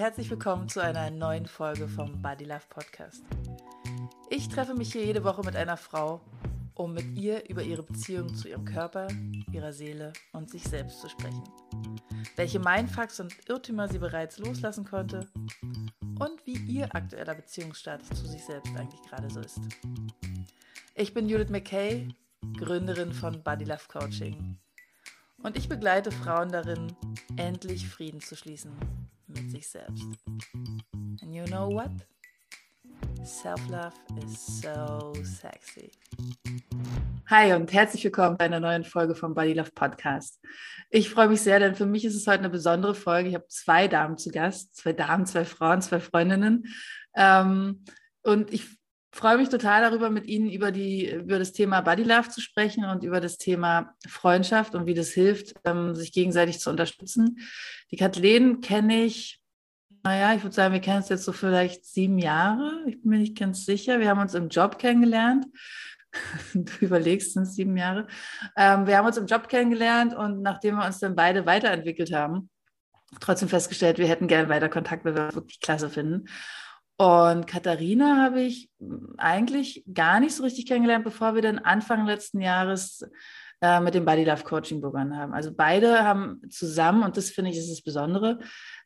herzlich willkommen zu einer neuen Folge vom Body Love Podcast. Ich treffe mich hier jede Woche mit einer Frau, um mit ihr über ihre Beziehung zu ihrem Körper, ihrer Seele und sich selbst zu sprechen. Welche Mindfucks und Irrtümer sie bereits loslassen konnte und wie ihr aktueller Beziehungsstatus zu sich selbst eigentlich gerade so ist. Ich bin Judith McKay, Gründerin von Body Love Coaching. Und ich begleite Frauen darin, endlich Frieden zu schließen mit sich selbst. And you know what? Self-love is so sexy. Hi und herzlich willkommen bei einer neuen Folge vom Body Love Podcast. Ich freue mich sehr, denn für mich ist es heute eine besondere Folge. Ich habe 2 Damen zu Gast, 2 Damen, 2 Frauen, 2 Freundinnen. Und ich freue mich total darüber, mit Ihnen über das Thema Body Love zu sprechen und über das Thema Freundschaft und wie das hilft, sich gegenseitig zu unterstützen. Die Kathleen kenne ich, ich würde sagen, wir kennen uns jetzt so vielleicht 7 Jahre. Ich bin mir nicht ganz sicher. Wir haben uns im Job kennengelernt. Du überlegst, sind es 7 Jahre. Wir haben uns im Job kennengelernt und nachdem wir uns dann beide weiterentwickelt haben, trotzdem festgestellt, wir hätten gerne weiter Kontakt, weil wir es wirklich klasse finden. Und Katharina habe ich eigentlich gar nicht so richtig kennengelernt, bevor wir dann Anfang letzten Jahres mit dem Body Love Coaching begonnen haben. Also beide haben zusammen, und das finde ich ist das Besondere,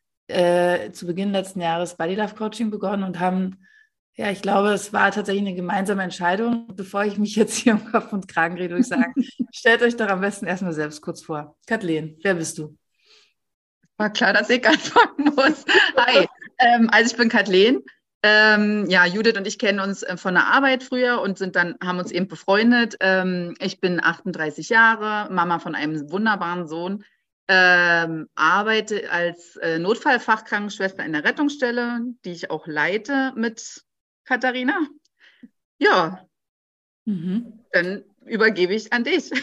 zu Beginn letzten Jahres Body Love Coaching begonnen und haben, ich glaube, es war tatsächlich eine gemeinsame Entscheidung. Bevor ich mich jetzt hier um Kopf und Kragen rede, würde ich sagen, stellt euch doch am besten erstmal selbst kurz vor. Kathleen, wer bist du? War klar, dass ich anfangen muss. Hi, also ich bin Kathleen. Judith und ich kennen uns von der Arbeit früher und haben uns eben befreundet. Ich bin 38 Jahre, Mama von einem wunderbaren Sohn, arbeite als Notfallfachkrankenschwester in der Rettungsstelle, die ich auch leite mit Katharina. Ja, Dann übergebe ich an dich.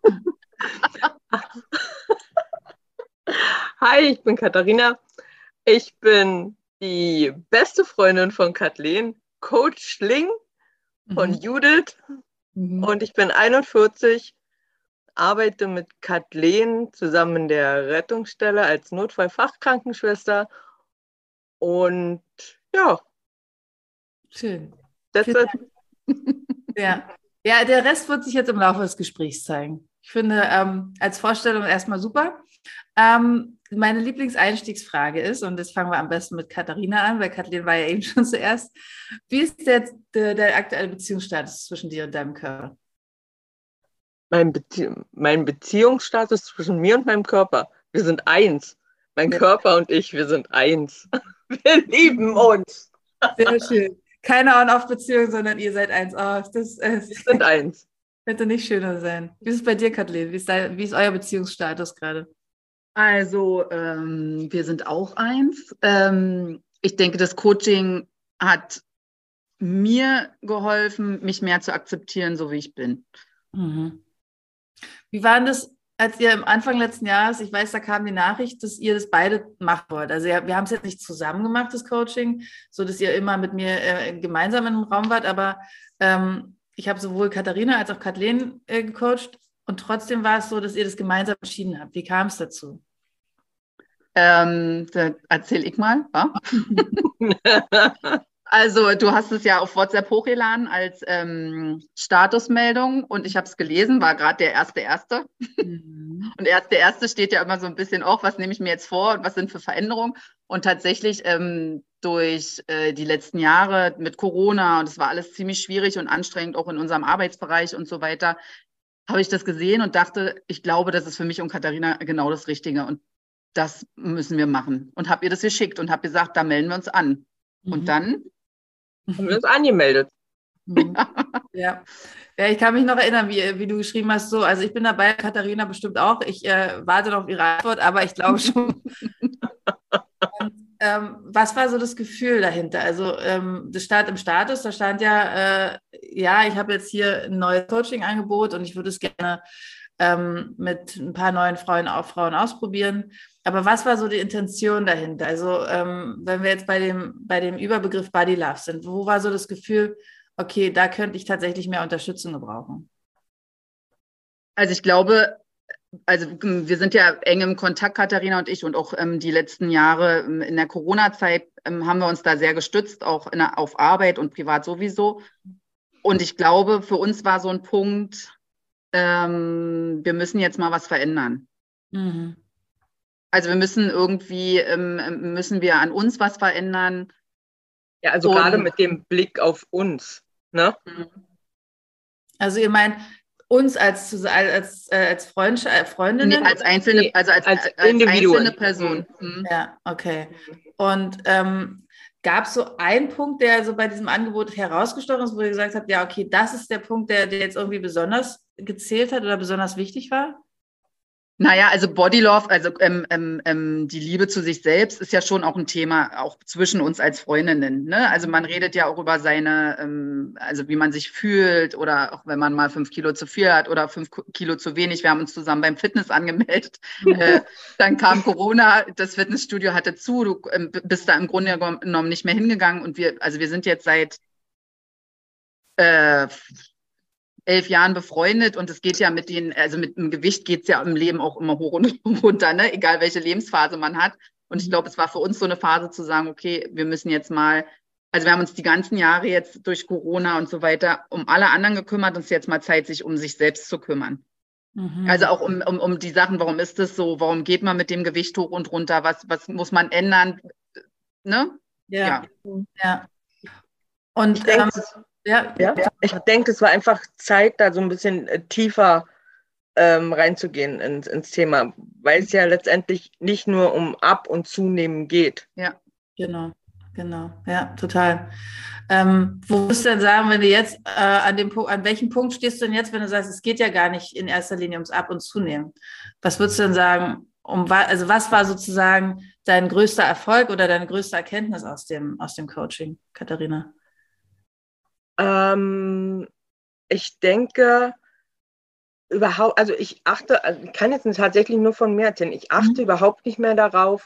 Hi, ich bin Katharina. Ich bin die beste Freundin von Kathleen, Coach Schling von Judith. Und ich bin 41, arbeite mit Kathleen zusammen in der Rettungsstelle als Notfallfachkrankenschwester. Und ja. Schön. That's it. Ja, der Rest wird sich jetzt im Laufe des Gesprächs zeigen. Ich finde als Vorstellung erstmal super. Meine Lieblingseinstiegsfrage ist, und das fangen wir am besten mit Katharina an, weil Kathleen war ja eben schon zuerst. Wie ist jetzt der aktuelle Beziehungsstatus zwischen dir und deinem Körper? Mein Beziehungsstatus zwischen mir und meinem Körper. Wir sind eins. Mein Körper und ich, wir sind eins. Wir lieben uns. Sehr schön. Keine On-Off-Beziehung, sondern ihr seid eins. Wir sind eins. Könnte nicht schöner sein. Wie ist es bei dir, Kathleen? Wie ist euer Beziehungsstatus gerade? Also, wir sind auch eins. Ich denke, das Coaching hat mir geholfen, mich mehr zu akzeptieren, so wie ich bin. Wie war denn das, als ihr am Anfang letzten Jahres, ich weiß, da kam die Nachricht, dass ihr das beide machen wollt. Also wir haben es jetzt nicht zusammen gemacht, das Coaching, so dass ihr immer mit mir gemeinsam in einem Raum wart, aber ich habe sowohl Katharina als auch Kathleen gecoacht und trotzdem war es so, dass ihr das gemeinsam entschieden habt. Wie kam es dazu? Da erzähle ich mal. Also du hast es ja auf WhatsApp hochgeladen als Statusmeldung und ich habe es gelesen, war gerade der 1.1. Und 1.1. steht ja immer so ein bisschen auch, was nehme ich mir jetzt vor und was sind für Veränderungen. Und tatsächlich durch die letzten Jahre mit Corona und es war alles ziemlich schwierig und anstrengend, auch in unserem Arbeitsbereich und so weiter, habe ich das gesehen und dachte, ich glaube, das ist für mich und Katharina genau das Richtige und das müssen wir machen. Und habe ihr das geschickt und habe gesagt, da melden wir uns an. Und dann haben wir uns angemeldet. Ja, ich kann mich noch erinnern, wie du geschrieben hast, so, also ich bin dabei, Katharina bestimmt auch. Ich warte noch auf ihre Antwort, aber ich glaube schon. Und, was war so das Gefühl dahinter? Also das stand im Status, da stand ich habe jetzt hier ein neues Coaching-Angebot und ich würde es gerne mit ein paar neuen Frauen ausprobieren. Aber was war so die Intention dahinter? Also wenn wir jetzt bei dem Überbegriff Body Love sind, wo war so das Gefühl, okay, da könnte ich tatsächlich mehr Unterstützung gebrauchen? Also ich glaube, also wir sind ja eng im Kontakt, Katharina und ich, und auch die letzten Jahre in der Corona-Zeit haben wir uns da sehr gestützt, auch auf Arbeit und privat sowieso. Und ich glaube, für uns war so ein Punkt, wir müssen jetzt mal was verändern. Mhm. Also wir müssen irgendwie, müssen wir an uns was verändern. Ja, also gerade mit dem Blick auf uns, ne? Also ihr meint uns als Freundinnen? Nee, als einzelne, also als Individuen. einzelne Person. Mhm. Ja, okay. Und gab es so einen Punkt, der so bei diesem Angebot herausgestochen ist, wo ihr gesagt habt, ja, okay, das ist der Punkt, der jetzt irgendwie besonders gezählt hat oder besonders wichtig war? Naja, also Body Love, also die Liebe zu sich selbst ist ja schon auch ein Thema, auch zwischen uns als Freundinnen. Ne? Also man redet ja auch über seine, also wie man sich fühlt oder auch wenn man mal 5 Kilo zu viel hat oder 5 Kilo zu wenig. Wir haben uns zusammen beim Fitness angemeldet. Dann kam Corona, das Fitnessstudio hatte zu, du bist da im Grunde genommen nicht mehr hingegangen und wir sind jetzt seit 11 Jahren befreundet und es geht ja mit dem Gewicht geht es ja im Leben auch immer hoch und runter, ne? Egal welche Lebensphase man hat. Und ich glaube, es war für uns so eine Phase zu sagen, okay, wir müssen jetzt mal, also wir haben uns die ganzen Jahre jetzt durch Corona und so weiter um alle anderen gekümmert, und es ist jetzt mal Zeit, sich um sich selbst zu kümmern. Mhm. Also auch um die Sachen, warum ist das so, warum geht man mit dem Gewicht hoch und runter, was muss man ändern, ne? Ja. Und ich denke, es war einfach Zeit, da so ein bisschen tiefer reinzugehen ins Thema, weil es ja letztendlich nicht nur um Ab- und Zunehmen geht. Ja, genau. Ja, total. Wo würdest du denn sagen, wenn du jetzt an welchem Punkt stehst du denn jetzt, wenn du sagst, es geht ja gar nicht in erster Linie ums Ab- und Zunehmen? Was würdest du denn sagen, also was war sozusagen dein größter Erfolg oder deine größte Erkenntnis aus dem Coaching, Katharina? Ich denke überhaupt, also ich kann jetzt tatsächlich nur von mir erzählen, ich achte überhaupt nicht mehr darauf,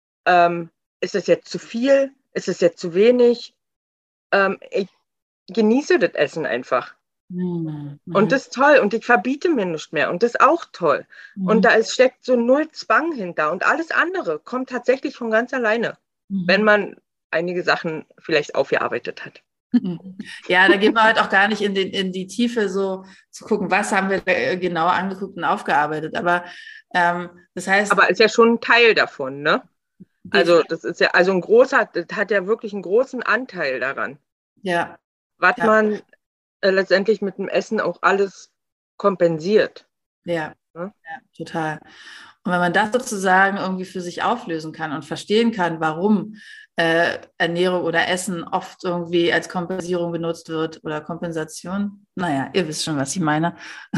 ist es jetzt zu viel, ist es jetzt zu wenig, ich genieße das Essen einfach. Und das ist toll und ich verbiete mir nicht mehr und das ist auch toll. Und da steckt so null Zwang hinter und alles andere kommt tatsächlich von ganz alleine, wenn man einige Sachen vielleicht aufgearbeitet hat. Ja, da gehen wir halt auch gar nicht in die Tiefe, so zu gucken, was haben wir genau angeguckt und aufgearbeitet. Aber das heißt. Aber ist ja schon ein Teil davon, ne? Also das ist ja, das hat ja wirklich einen großen Anteil daran. Ja. Was man letztendlich mit dem Essen auch alles kompensiert. Ja, total. Und wenn man das sozusagen irgendwie für sich auflösen kann und verstehen kann, warum Ernährung oder Essen oft irgendwie als Kompensierung benutzt wird oder Kompensation, naja, ihr wisst schon, was ich meine.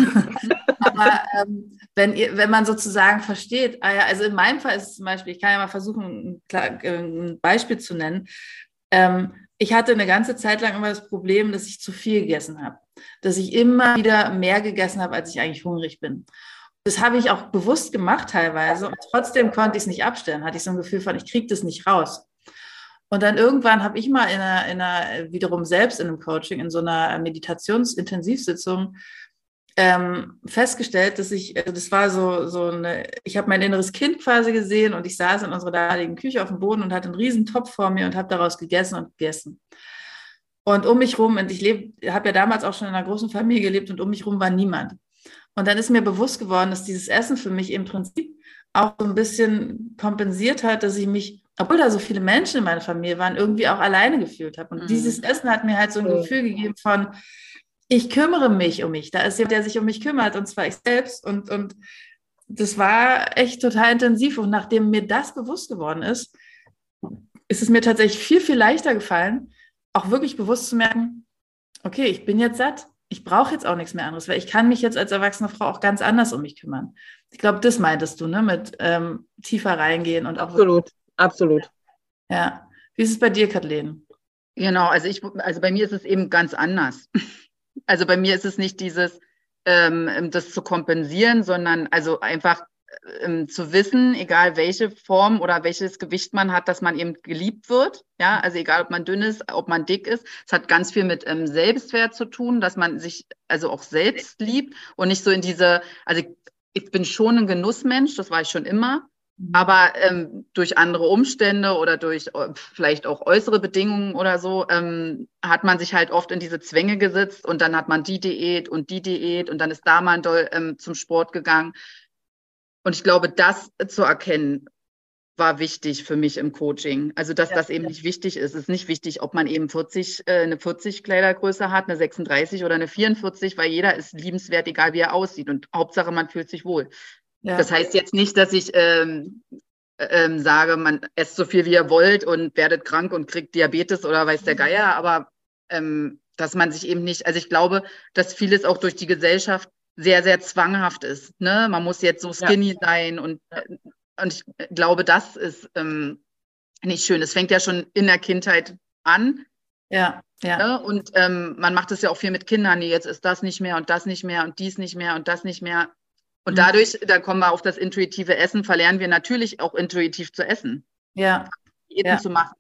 Aber wenn man sozusagen versteht, also in meinem Fall ist es zum Beispiel, ich kann ja mal versuchen, ein Beispiel zu nennen. Ich hatte eine ganze Zeit lang immer das Problem, dass ich zu viel gegessen habe, dass ich immer wieder mehr gegessen habe, als ich eigentlich hungrig bin. Das habe ich auch bewusst gemacht teilweise und trotzdem konnte ich es nicht abstellen, hatte ich so ein Gefühl von, ich kriege das nicht raus. Und dann irgendwann habe ich mal wiederum selbst in einem Coaching, in so einer Meditationsintensivsitzung festgestellt, dass ich habe mein inneres Kind quasi gesehen und ich saß in unserer damaligen Küche auf dem Boden und hatte einen riesen Topf vor mir und habe daraus gegessen und gegessen. Und um mich rum, und ich habe ja damals auch schon in einer großen Familie gelebt und um mich rum war niemand. Und dann ist mir bewusst geworden, dass dieses Essen für mich im Prinzip auch so ein bisschen kompensiert hat, dass ich mich, obwohl da so viele Menschen in meiner Familie waren, irgendwie auch alleine gefühlt habe. Und dieses Essen hat mir halt so ein Gefühl gegeben von, ich kümmere mich um mich. Da ist jemand, der sich um mich kümmert, und zwar ich selbst. Und das war echt total intensiv. Und nachdem mir das bewusst geworden ist, ist es mir tatsächlich viel, viel leichter gefallen, auch wirklich bewusst zu merken, okay, ich bin jetzt satt. Ich brauche jetzt auch nichts mehr anderes, weil ich kann mich jetzt als erwachsene Frau auch ganz anders um mich kümmern. Ich glaube, das meintest du, ne? Mit tiefer reingehen und auch. Absolut. Ja. Wie ist es bei dir, Kathleen? Genau, also bei mir ist es eben ganz anders. Also bei mir ist es nicht dieses, das zu kompensieren, sondern also einfach zu wissen, egal welche Form oder welches Gewicht man hat, dass man eben geliebt wird. Ja, also egal, ob man dünn ist, ob man dick ist. Es hat ganz viel mit Selbstwert zu tun, dass man sich also auch selbst liebt und nicht so in diese, also ich bin schon ein Genussmensch, das war ich schon immer. Aber durch andere Umstände oder durch vielleicht auch äußere Bedingungen oder so, hat man sich halt oft in diese Zwänge gesetzt und dann hat man die Diät und dann ist da man doll zum Sport gegangen. Und ich glaube, das zu erkennen, war wichtig für mich im Coaching. Also, dass das eben nicht wichtig ist. Es ist nicht wichtig, ob man eben eine 40 Kleidergröße hat, eine 36 oder eine 44, weil jeder ist liebenswert, egal wie er aussieht. Und Hauptsache, man fühlt sich wohl. Ja. Das heißt jetzt nicht, dass ich sage, man esst so viel, wie ihr wollt und werdet krank und kriegt Diabetes oder weiß der Geier, aber dass man sich eben nicht, also ich glaube, dass vieles auch durch die Gesellschaft sehr, sehr zwanghaft ist. Ne? Man muss jetzt so skinny sein und ich glaube, das ist nicht schön. Es fängt ja schon in der Kindheit an. Ja. Ne? Und man macht es ja auch viel mit Kindern. Nee, jetzt ist das nicht mehr und das nicht mehr und dies nicht mehr und das nicht mehr. Und dadurch, da kommen wir auf das intuitive Essen, verlernen wir natürlich auch intuitiv zu essen. Ja. Diäten zu machen.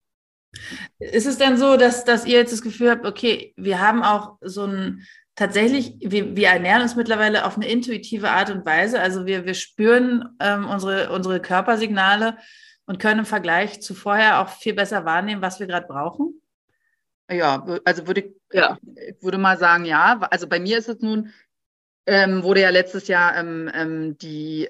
Ist es denn so, dass ihr jetzt das Gefühl habt, okay, wir haben auch so ein, tatsächlich, wir ernähren uns mittlerweile auf eine intuitive Art und Weise, also wir spüren unsere Körpersignale und können im Vergleich zu vorher auch viel besser wahrnehmen, was wir gerade brauchen? Ja, also ich würde mal sagen, ja. Also bei mir ist es nun, wurde ja letztes Jahr die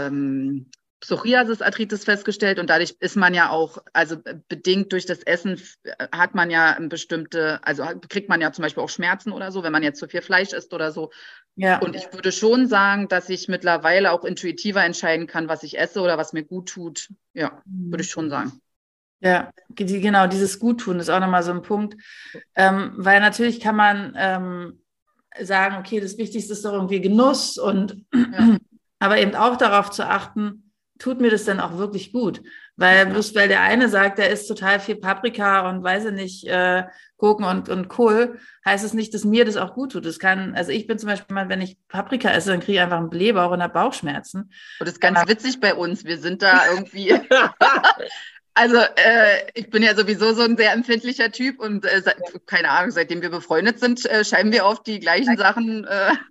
Psoriasis-Arthritis festgestellt und dadurch ist man ja auch, also bedingt durch das Essen hat man ja kriegt man ja zum Beispiel auch Schmerzen oder so, wenn man jetzt zu viel Fleisch isst oder so. Ja. Und ich würde schon sagen, dass ich mittlerweile auch intuitiver entscheiden kann, was ich esse oder was mir gut tut. Ja, würde ich schon sagen. Ja, genau, dieses Guttun ist auch nochmal so ein Punkt, weil natürlich kann man sagen, okay, das Wichtigste ist doch irgendwie Genuss aber eben auch darauf zu achten, tut mir das denn auch wirklich gut? Weil bloß weil der eine sagt, der isst total viel Paprika und weiß ich nicht, Gurken und Kohl, heißt es nicht, dass mir das auch gut tut. Also ich bin zum Beispiel mal, wenn ich Paprika esse, dann kriege ich einfach einen Blähbauch und habe Bauchschmerzen. Und das ist ganz witzig bei uns. Wir sind da irgendwie... Also ich bin ja sowieso so ein sehr empfindlicher Typ und keine Ahnung, seitdem wir befreundet sind, scheinen wir auf die gleichen Sachen.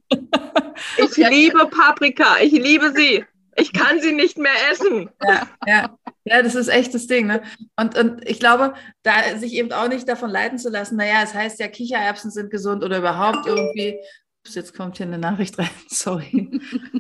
Ich liebe Paprika, ich liebe sie. Ich kann sie nicht mehr essen. Ja, das ist echt das Ding. Ne? Und ich glaube, da sich eben auch nicht davon leiten zu lassen, naja, es heißt ja, Kichererbsen sind gesund oder überhaupt irgendwie, jetzt kommt hier eine Nachricht rein, sorry.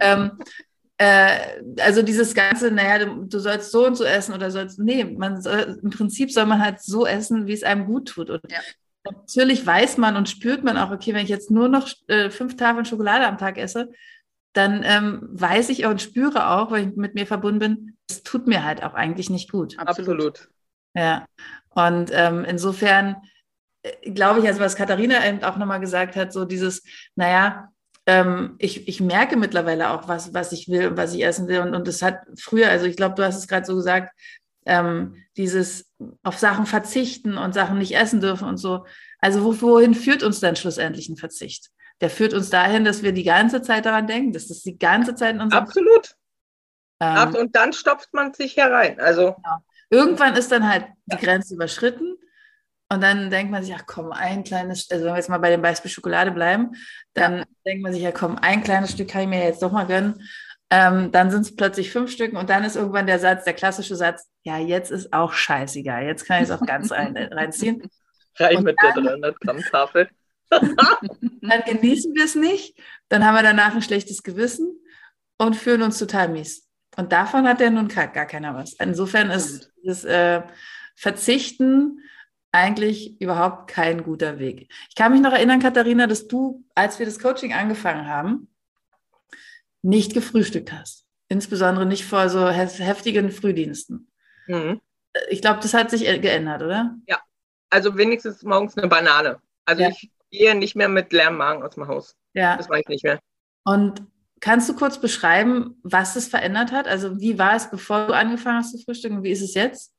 Also dieses Ganze, naja, du sollst so und so essen oder im Prinzip soll man halt so essen, wie es einem gut tut. Und natürlich weiß man und spürt man auch, okay, wenn ich jetzt nur noch 5 Tafeln Schokolade am Tag esse, dann weiß ich und spüre auch, weil ich mit mir verbunden bin, es tut mir halt auch eigentlich nicht gut. Absolut. Ja, und insofern glaube ich, also was Katharina eben auch nochmal gesagt hat, so dieses, naja, ich merke mittlerweile auch, was ich will und was ich essen will. Und das hat früher, also ich glaube, du hast es gerade so gesagt, dieses auf Sachen verzichten und Sachen nicht essen dürfen und so. Also wohin führt uns dann schlussendlich ein Verzicht? Der führt uns dahin, dass wir die ganze Zeit daran denken, dass das die ganze Zeit in unserem... Absolut. Und dann stopft man sich herein. Also Irgendwann ist dann halt die Grenze überschritten. Und dann denkt man sich, ach komm, ein kleines, also wenn wir jetzt mal bei dem Beispiel Schokolade bleiben, dann denkt man sich, ja komm, ein kleines Stück kann ich mir jetzt doch mal gönnen. Dann sind es plötzlich 5 Stück und dann ist irgendwann der klassische Satz, ja, jetzt ist auch scheißegal, jetzt kann ich es auch ganz reinziehen. Rein mit der 300 Gramm Tafel. Dann genießen wir es nicht, dann haben wir danach ein schlechtes Gewissen und fühlen uns total mies. Und davon hat ja nun gar keiner was. Insofern ist das Verzichten eigentlich überhaupt kein guter Weg. Ich kann mich noch erinnern, Katharina, dass du, als wir das Coaching angefangen haben, nicht gefrühstückt hast. Insbesondere nicht vor so heftigen Frühdiensten. Mhm. Ich glaube, das hat sich geändert, oder? Ja, also wenigstens morgens eine Banane. Also ich gehe nicht mehr mit leerem Magen aus dem Haus. Ja. Das mache ich nicht mehr. Und kannst du kurz beschreiben, was das verändert hat? Also wie war es, bevor du angefangen hast zu frühstücken und wie ist es jetzt?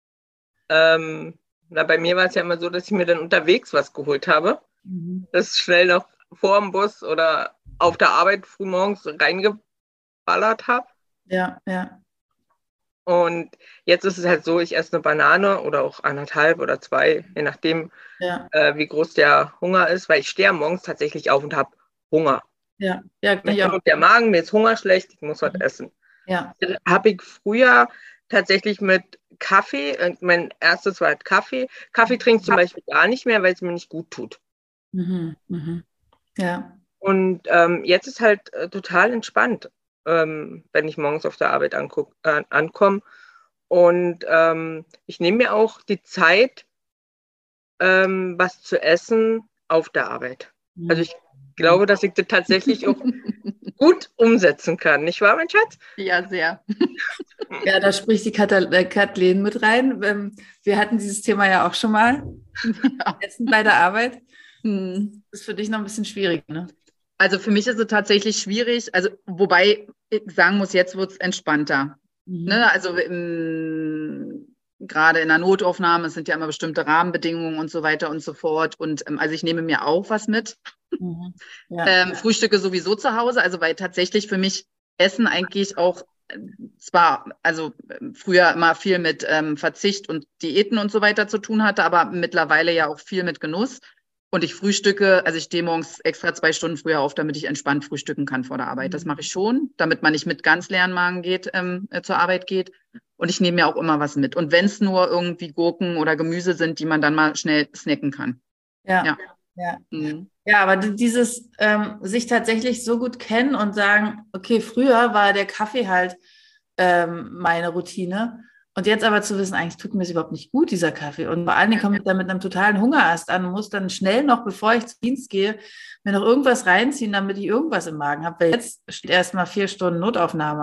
Bei mir war es ja immer so, dass ich mir dann unterwegs was geholt habe. Mhm. Das schnell noch vor dem Bus oder auf der Arbeit frühmorgens reingeballert habe. Ja. Und jetzt ist es halt so, ich esse eine Banane oder auch 1,5 oder 2, je nachdem, wie groß der Hunger ist, weil ich stehe morgens tatsächlich auf und habe Hunger. Ja, mir knurrt der Magen, mir ist Hunger schlecht, ich muss was essen. Ja. Habe ich früher tatsächlich mit Kaffee, mein erstes war halt Kaffee. Kaffee trinke ich zum Beispiel gar nicht mehr, weil es mir nicht gut tut. Ja. Und jetzt ist halt total entspannt, wenn ich morgens auf der Arbeit ankomme. Und ich nehme mir auch die Zeit, was zu essen auf der Arbeit. Also ich glaube, dass ich das tatsächlich auch gut umsetzen kann. Nicht wahr, mein Schatz? Ja, sehr. Ja, da spricht die Kathleen mit rein. Wir hatten dieses Thema ja auch schon mal. Ja. Essen bei der Arbeit. Das ist für dich noch ein bisschen schwierig, ne? Also für mich ist es tatsächlich schwierig, also wobei ich sagen muss, jetzt wird es entspannter. Ne? Also gerade in der Notaufnahme, es sind ja immer bestimmte Rahmenbedingungen und so weiter und so fort. Und also ich nehme mir auch was mit. Ja. Frühstücke sowieso zu Hause, also weil tatsächlich für mich Essen eigentlich auch zwar, also früher immer viel mit Verzicht und Diäten und so weiter zu tun hatte, aber mittlerweile ja auch viel mit Genuss. Und ich frühstücke, also ich stehe morgens extra 2 Stunden früher auf, damit ich entspannt frühstücken kann vor der Arbeit. Das mache ich schon, damit man nicht mit ganz leeren Magen zur Arbeit geht. Und ich nehme mir auch immer was mit. Und wenn es nur irgendwie Gurken oder Gemüse sind, die man dann mal schnell snacken kann. Ja. Ja, aber dieses sich tatsächlich so gut kennen und sagen, okay, früher war der Kaffee halt meine Routine. Und jetzt aber zu wissen, eigentlich tut mir es überhaupt nicht gut, dieser Kaffee. Und vor allen Dingen komme ich da mit einem totalen Hungerast an und muss dann schnell noch, bevor ich zum Dienst gehe, mir noch irgendwas reinziehen, damit ich irgendwas im Magen habe. Weil jetzt steht erstmal 4 Stunden Notaufnahme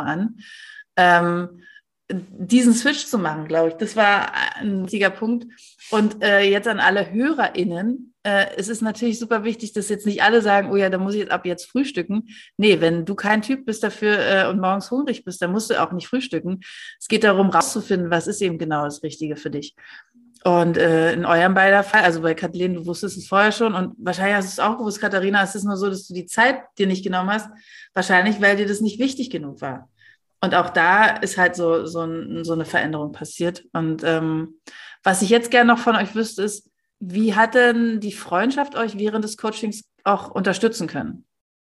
an. Diesen Switch zu machen, glaube ich, das war ein wichtiger Punkt. Und jetzt an alle HörerInnen, es ist natürlich super wichtig, dass jetzt nicht alle sagen, oh ja, da muss ich jetzt ab jetzt frühstücken. Nee, wenn du kein Typ bist dafür und morgens hungrig bist, dann musst du auch nicht frühstücken. Es geht darum, rauszufinden, was ist eben genau das Richtige für dich. Und in eurem beider Fall, also bei Kathleen, du wusstest es vorher schon und wahrscheinlich hast du es auch gewusst, Katharina, es ist nur so, dass du die Zeit dir nicht genommen hast, wahrscheinlich, weil dir das nicht wichtig genug war. Und auch da ist halt so eine Veränderung passiert. Und was ich jetzt gerne noch von euch wüsste, ist, wie hat denn die Freundschaft euch während des Coachings auch unterstützen können?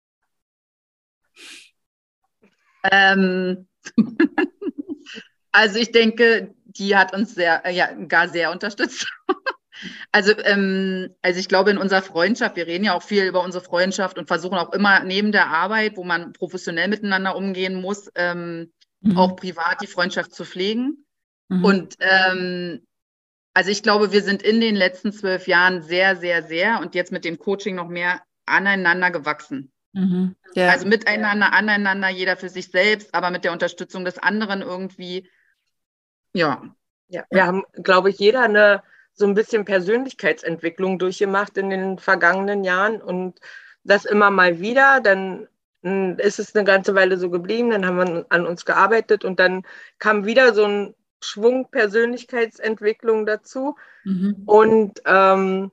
Also ich denke, die hat uns gar sehr unterstützt. Also ich glaube, in unserer Freundschaft, wir reden ja auch viel über unsere Freundschaft und versuchen auch immer neben der Arbeit, wo man professionell miteinander umgehen muss, auch privat die Freundschaft zu pflegen. Und also ich glaube, wir sind in den letzten 12 Jahren sehr, sehr, sehr und jetzt mit dem Coaching noch mehr aneinander gewachsen. Ja. Also miteinander, aneinander, jeder für sich selbst, aber mit der Unterstützung des anderen irgendwie, ja. Ja, wir haben, glaube ich, jeder so ein bisschen Persönlichkeitsentwicklung durchgemacht in den vergangenen Jahren und das immer mal wieder, dann ist es eine ganze Weile so geblieben, dann haben wir an uns gearbeitet und dann kam wieder so ein Schwung Persönlichkeitsentwicklung dazu. Und wir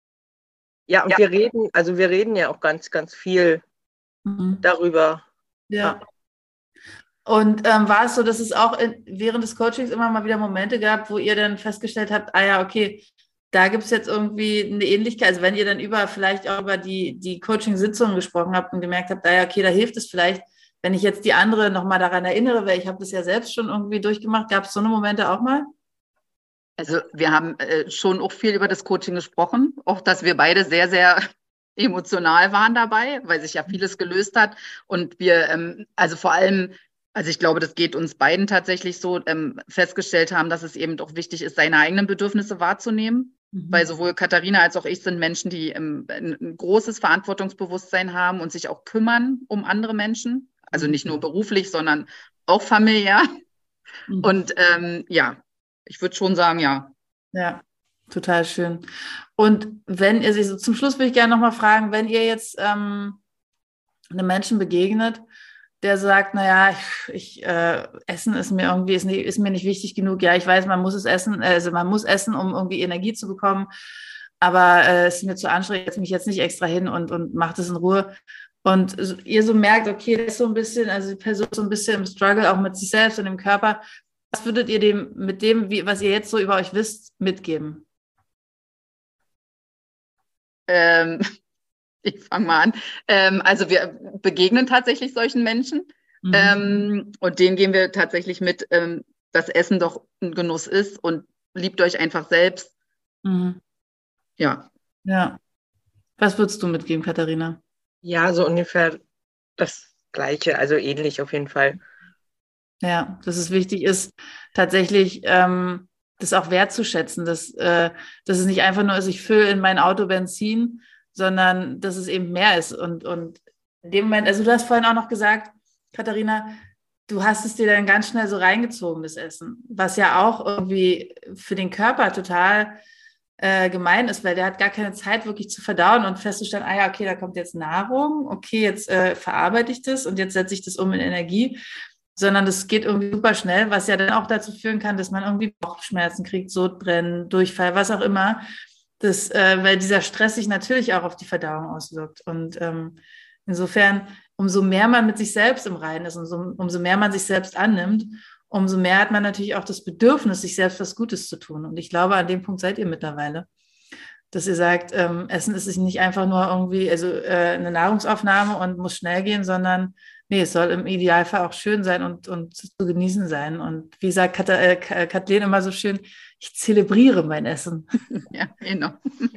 reden ja auch ganz, ganz viel darüber. Ja. Und war es so, dass es auch während des Coachings immer mal wieder Momente gab, wo ihr dann festgestellt habt, okay, da gibt es jetzt irgendwie eine Ähnlichkeit, also wenn ihr dann vielleicht auch über die Coaching-Sitzungen gesprochen habt und gemerkt habt, okay, da hilft es vielleicht, wenn ich jetzt die andere nochmal daran erinnere, weil ich habe das ja selbst schon irgendwie durchgemacht, gab es so eine Momente auch mal? Also wir haben schon auch viel über das Coaching gesprochen, auch dass wir beide sehr, sehr emotional waren dabei, weil sich ja vieles gelöst hat und wir, also vor allem, also ich glaube, das geht uns beiden tatsächlich so, festgestellt haben, dass es eben doch wichtig ist, seine eigenen Bedürfnisse wahrzunehmen, weil sowohl Katharina als auch ich sind Menschen, die ein großes Verantwortungsbewusstsein haben und sich auch kümmern um andere Menschen, also nicht nur beruflich, sondern auch familiär. Und ich würde schon sagen, ja. Ja, total schön. Und wenn ihr sich so zum Schluss würde ich gerne nochmal fragen, wenn ihr jetzt einem Menschen begegnet, der sagt, Essen ist mir irgendwie ist mir nicht wichtig genug. Ja, ich weiß, man muss es essen, also man muss essen, um irgendwie Energie zu bekommen, aber es ist mir zu anstrengend, setze mich jetzt nicht extra hin und macht es in Ruhe. Und ihr so merkt, okay, das ist so ein bisschen, also die Person ist so ein bisschen im Struggle, auch mit sich selbst und dem Körper. Was würdet ihr dem, was ihr jetzt so über euch wisst, mitgeben? Ich fange mal an. Also wir begegnen tatsächlich solchen Menschen und denen gehen wir tatsächlich mit, dass Essen doch ein Genuss ist und liebt euch einfach selbst. Ja. Ja. Was würdest du mitgeben, Katharina? Ja, so ungefähr das Gleiche, also ähnlich auf jeden Fall. Ja, dass es wichtig ist, tatsächlich das auch wertzuschätzen, dass es nicht einfach nur ist, ich fülle in mein Auto Benzin, sondern dass es eben mehr ist. Und in dem Moment, also du hast vorhin auch noch gesagt, Katharina, du hast es dir dann ganz schnell so reingezogen, das Essen, was ja auch irgendwie für den Körper total gemein ist, weil der hat gar keine Zeit wirklich zu verdauen und festzustellen, ja, okay, da kommt jetzt Nahrung, okay, jetzt verarbeite ich das und jetzt setze ich das um in Energie, sondern das geht irgendwie super schnell, was ja dann auch dazu führen kann, dass man irgendwie Bauchschmerzen kriegt, Sodbrennen, Durchfall, was auch immer, weil dieser Stress sich natürlich auch auf die Verdauung auswirkt. Und insofern, umso mehr man mit sich selbst im Reinen ist und umso mehr man sich selbst annimmt, umso mehr hat man natürlich auch das Bedürfnis, sich selbst was Gutes zu tun. Und ich glaube, an dem Punkt seid ihr mittlerweile, dass ihr sagt, Essen ist nicht einfach nur irgendwie eine Nahrungsaufnahme und muss schnell gehen, sondern nee, es soll im Idealfall auch schön sein und zu genießen sein. Und wie sagt Kathleen immer so schön, ich zelebriere mein Essen. Ja, genau.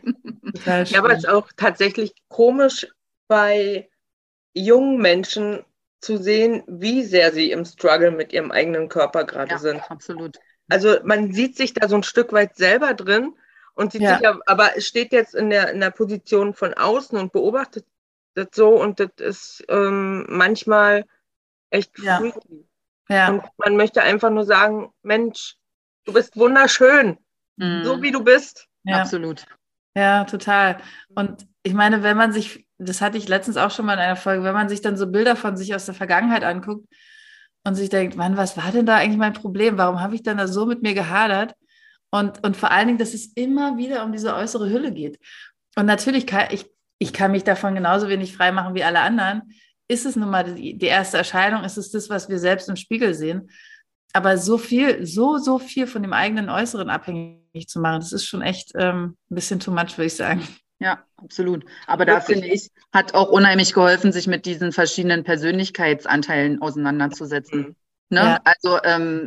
Ja, aber es ist auch tatsächlich komisch bei jungen Menschen zu sehen, wie sehr sie im Struggle mit ihrem eigenen Körper gerade sind. Absolut. Also man sieht sich da so ein Stück weit selber drin und sieht sich aber es steht jetzt in der Position von außen und beobachtet das so und das ist manchmal echt freaky. Ja. Und man möchte einfach nur sagen, Mensch, du bist wunderschön, so wie du bist. Ja. Absolut. Ja, total. Und ich meine, wenn man sich, das hatte ich letztens auch schon mal in einer Folge, wenn man sich dann so Bilder von sich aus der Vergangenheit anguckt und sich denkt, Mann, was war denn da eigentlich mein Problem? Warum habe ich dann da so mit mir gehadert? Und vor allen Dingen, dass es immer wieder um diese äußere Hülle geht. Und natürlich ich kann mich davon genauso wenig freimachen wie alle anderen. Ist es nun mal die erste Erscheinung? Ist es das, was wir selbst im Spiegel sehen? Aber so viel von dem eigenen Äußeren abhängig zu machen, das ist schon echt ein bisschen too much, würde ich sagen. Ja, absolut. Aber da finde ich, hat auch unheimlich geholfen, sich mit diesen verschiedenen Persönlichkeitsanteilen auseinanderzusetzen. Ne? Ja. Also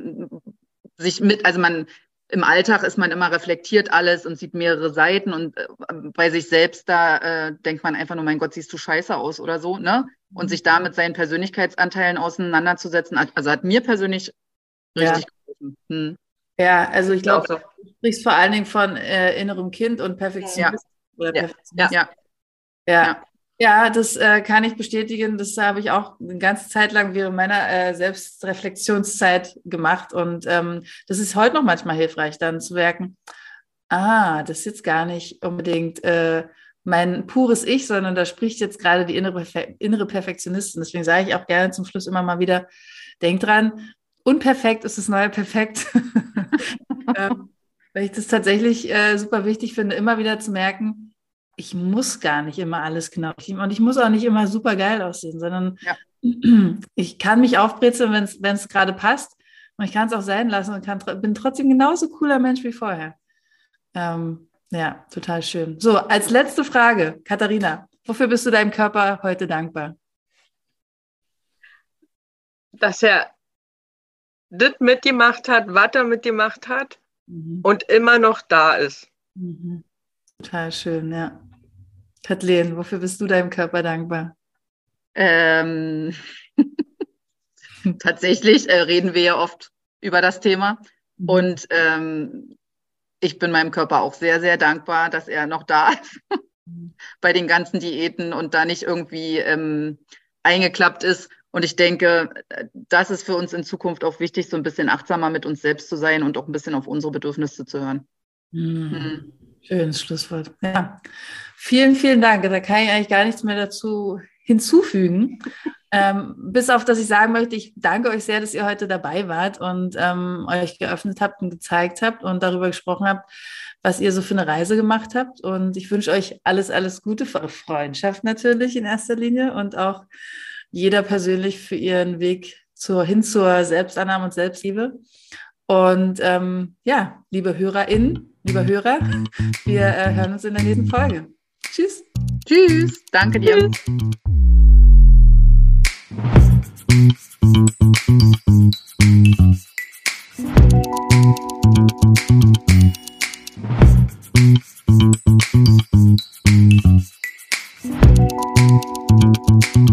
im Alltag ist man immer reflektiert alles und sieht mehrere Seiten und bei sich selbst da denkt man einfach nur, mein Gott, siehst du scheiße aus oder so, ne? Und sich da mit seinen Persönlichkeitsanteilen auseinanderzusetzen, also hat mir persönlich richtig geholfen. Ja, also ich glaube, du sprichst vor allen Dingen von innerem Kind und Perfektionismus. Ja, das kann ich bestätigen. Das habe ich auch eine ganze Zeit lang während meiner Selbstreflexionszeit gemacht. Und das ist heute noch manchmal hilfreich, dann zu merken, das ist jetzt gar nicht unbedingt mein pures Ich, sondern da spricht jetzt gerade die innere Perfektionistin. Deswegen sage ich auch gerne zum Schluss immer mal wieder, denk dran, unperfekt ist das neue Perfekt. Weil ich das tatsächlich super wichtig finde, immer wieder zu merken, ich muss gar nicht immer alles genau und ich muss auch nicht immer super geil aussehen, sondern ich kann mich aufbrezeln, wenn es gerade passt und ich kann es auch sein lassen und bin trotzdem genauso cooler Mensch wie vorher. Ja, total schön. So, als letzte Frage, Katharina, wofür bist du deinem Körper heute dankbar? Dass er das mitgemacht hat, was er mitgemacht hat und immer noch da ist. Total schön, ja. Kathleen, wofür bist du deinem Körper dankbar? Tatsächlich reden wir ja oft über das Thema und ich bin meinem Körper auch sehr, sehr dankbar, dass er noch da ist bei den ganzen Diäten und da nicht irgendwie eingeklappt ist. Und ich denke, das ist für uns in Zukunft auch wichtig, so ein bisschen achtsamer mit uns selbst zu sein und auch ein bisschen auf unsere Bedürfnisse zu hören. Schönes Schlusswort. Ja. Vielen, vielen Dank. Da kann ich eigentlich gar nichts mehr dazu hinzufügen. Bis auf, dass ich sagen möchte, ich danke euch sehr, dass ihr heute dabei wart und euch geöffnet habt und gezeigt habt und darüber gesprochen habt, was ihr so für eine Reise gemacht habt. Und ich wünsche euch alles, alles Gute für eure Freundschaft natürlich in erster Linie und auch jeder persönlich für ihren Weg hin zur Selbstannahme und Selbstliebe. Und liebe HörerInnen, lieber Hörer, wir hören uns in der nächsten Folge. Tschüss. Tschüss. Danke dir. Tschüss.